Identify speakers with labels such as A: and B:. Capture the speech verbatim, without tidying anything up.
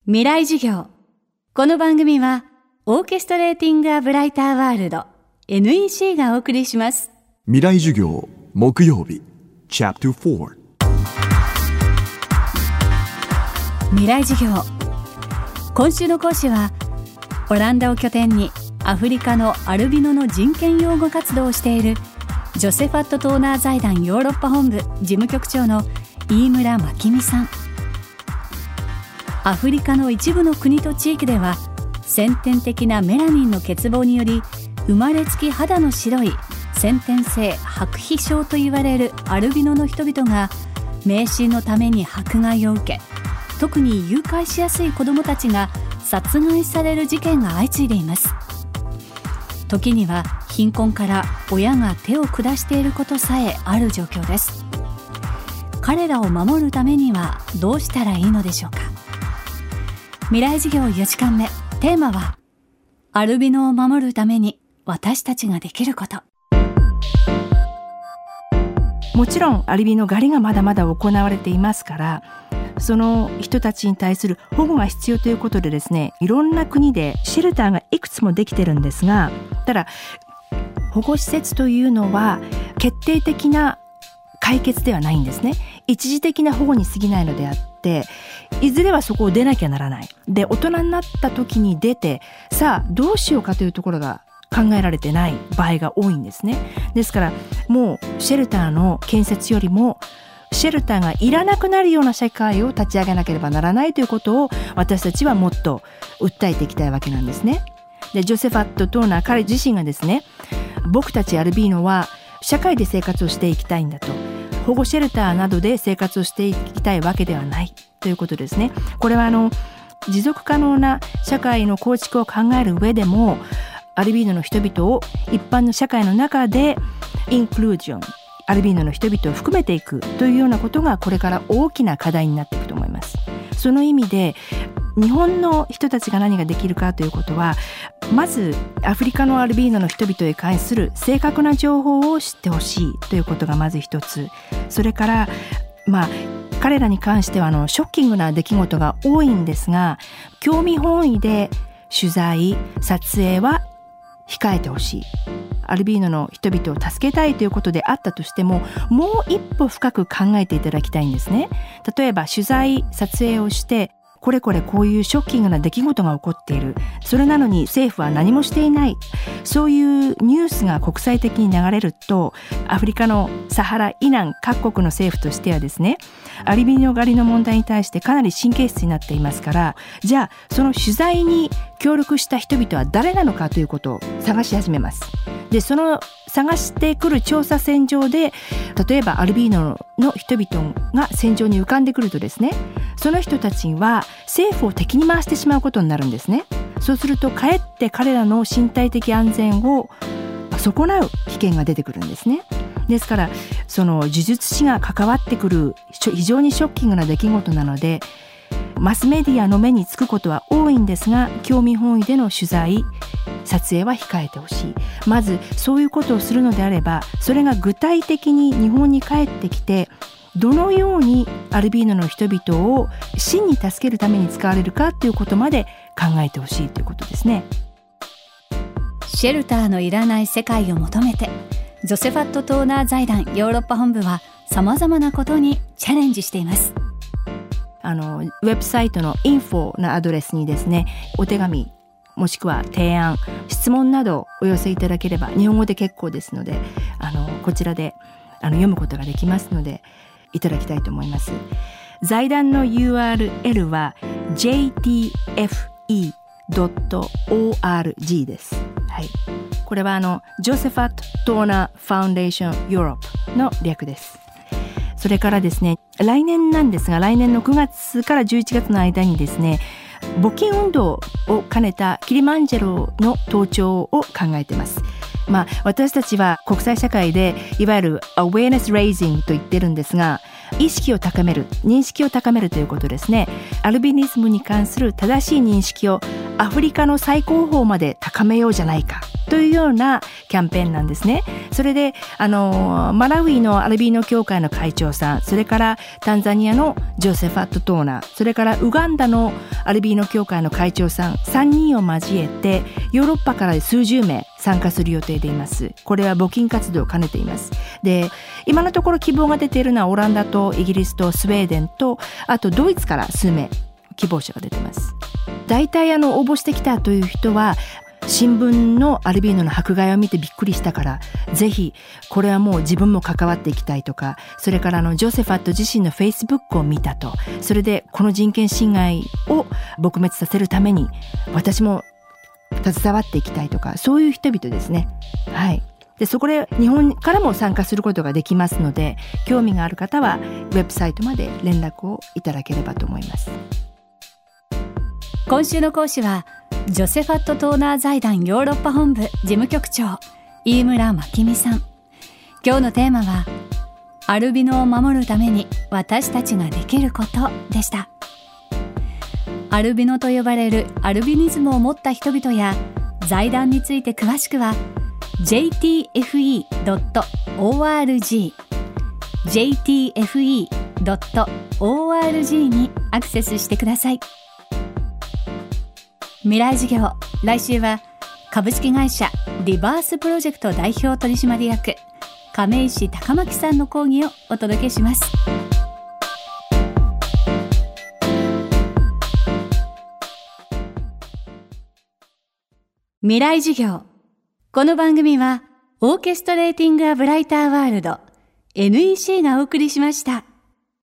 A: 未来授業。この番組はオーケストレーティングアブライターワールド エヌイーシー がお送りします。
B: 未来授業木曜日チャプターよん。
A: 未来授業。今週の講師はオランダを拠点にアフリカのアルビノの人権擁護活動をしているジョセファット・トーナー財団ヨーロッパ本部事務局長の飯村真美さん。アフリカの一部の国と地域では先天的なメラニンの欠乏により生まれつき肌の白い先天性白皮症といわれるアルビノの人々が迷信のために迫害を受け、特に誘拐しやすい子どもたちが殺害される事件が相次いでいます。時には貧困から親が手を下していることさえある状況です。彼らを守るためにはどうしたらいいのでしょうか。未来授業よじかんめ、テーマはアルビノを守るために私たちができること。
C: もちろんアルビノ狩りがまだまだ行われていますから、その人たちに対する保護が必要ということでですね、いろんな国でシェルターがいくつもできてるんですが、ただ保護施設というのは決定的な解決ではないんですね。一時的な保護に過ぎないのであって、いずれはそこを出なきゃならない。で、大人になった時に出て、さあどうしようかというところが考えられてない場合が多いんですね。ですからもうシェルターの建設よりもシェルターがいらなくなるような社会を立ち上げなければならないということを私たちはもっと訴えていきたいわけなんですね。で、ジョセファット・トーナー彼自身がですね、僕たちアルビーノは社会で生活をしていきたいんだと、保護シェルターなどで生活をしていきたいわけではないということですね。これはあの持続可能な社会の構築を考える上でも、アルビーノの人々を一般の社会の中でインクルージョン、アルビーノの人々を含めていくというようなことがこれから大きな課題になっていくと思います。その意味で日本の人たちが何ができるかということは、まずアフリカのアルビーノの人々に関する正確な情報を知ってほしいということがまず一つ。それからまあ彼らに関してはあのショッキングな出来事が多いんですが、興味本位で取材撮影は控えてほしい。アルビーノの人々を助けたいということであったとしても、もう一歩深く考えていただきたいんですね。例えば取材撮影をして、これこれこういうショッキングな出来事が起こっている、それなのに政府は何もしていない、そういうニュースが国際的に流れると、アフリカのサハラ以南各国の政府としてはですね、アルビーノ狩りの問題に対してかなり神経質になっていますから、じゃあその取材に協力した人々は誰なのかということを探し始めます。で、その探してくる調査線上で、例えばアルビーノの人々が戦場に浮かんでくるとですね、その人たちは政府を敵に回してしまうことになるんですね。そうするとかえって彼らの身体的安全を損なう危険が出てくるんですね。ですからその呪術師が関わってくる非常にショッキングな出来事なので、マスメディアの目につくことは多いんですが、興味本位での取材撮影は控えてほしい。まずそういうことをするのであれば、それが具体的に日本に帰ってきて、どのようにアルビーノの人々を真に助けるために使われるかということまで考えてほしいということですね。
A: シェルターのいらない世界を求めて、ジョセファット・トーナー財団ヨーロッパ本部はさまざまなことにチャレンジしています。
C: あのウェブサイトのインフォのアドレスにですね、お手紙もしくは提案、質問などお寄せいただければ、日本語で結構ですので、あのこちらであの読むことができますのでいただきたいと思います。財団の ユーアールエル は ジェイティーエフイードットオーアールジー です。はい、これはあのジョセファット・トーナー・ファウンデーション・ヨーロップの略です。それからですね、来年なんですが、来年のくがつからじゅういちがつの間にですね、募金運動を兼ねたキリマンジャロの登頂を考えています。まあ、私たちは国際社会でいわゆる awareness raising と言ってるんですが、意識を高める、認識を高めるということですね。アルビニズムに関する正しい認識をアフリカの最高峰まで高めようじゃないかというようなキャンペーンなんですね。それであのマラウイのアルビノ協会の会長さん、それからタンザニアのジョセファット・トーナー、それからウガンダのアルビノ協会の会長さんさんにんを交えてヨーロッパから数十名参加する予定でいます。これは募金活動を兼ねています。で、今のところ希望が出ているのはオランダとイギリスとスウェーデンと、あとドイツから数名希望者が出ています。大体あの応募してきたという人は新聞のアルビーノの迫害を見てびっくりしたから、ぜひこれはもう自分も関わっていきたいとか、それからあのジョセファット自身のフェイスブックを見たと、それでこの人権侵害を撲滅させるために私も携わっていきたいとか、そういう人々ですね。はい。で、そこで日本からも参加することができますので、興味がある方はウェブサイトまで連絡をいただければと思います。
A: 今週の講師はジョセファット・トーナー財団ヨーロッパ本部事務局長飯村真美さん。今日のテーマはアルビノを守るために私たちができることでした。アルビノと呼ばれるアルビニズムを持った人々や財団について詳しくは ジェイティーエフイードットオーアールジー ジェイティーエフイードットオーアールジー にアクセスしてください。未来事業、来週は株式会社リバースプロジェクト代表取締役亀石高巻さんの講義をお届けします。未来事業、この番組はオーケストレーティング・ア・ブライター・ワールド エヌイーシー がお送りしました。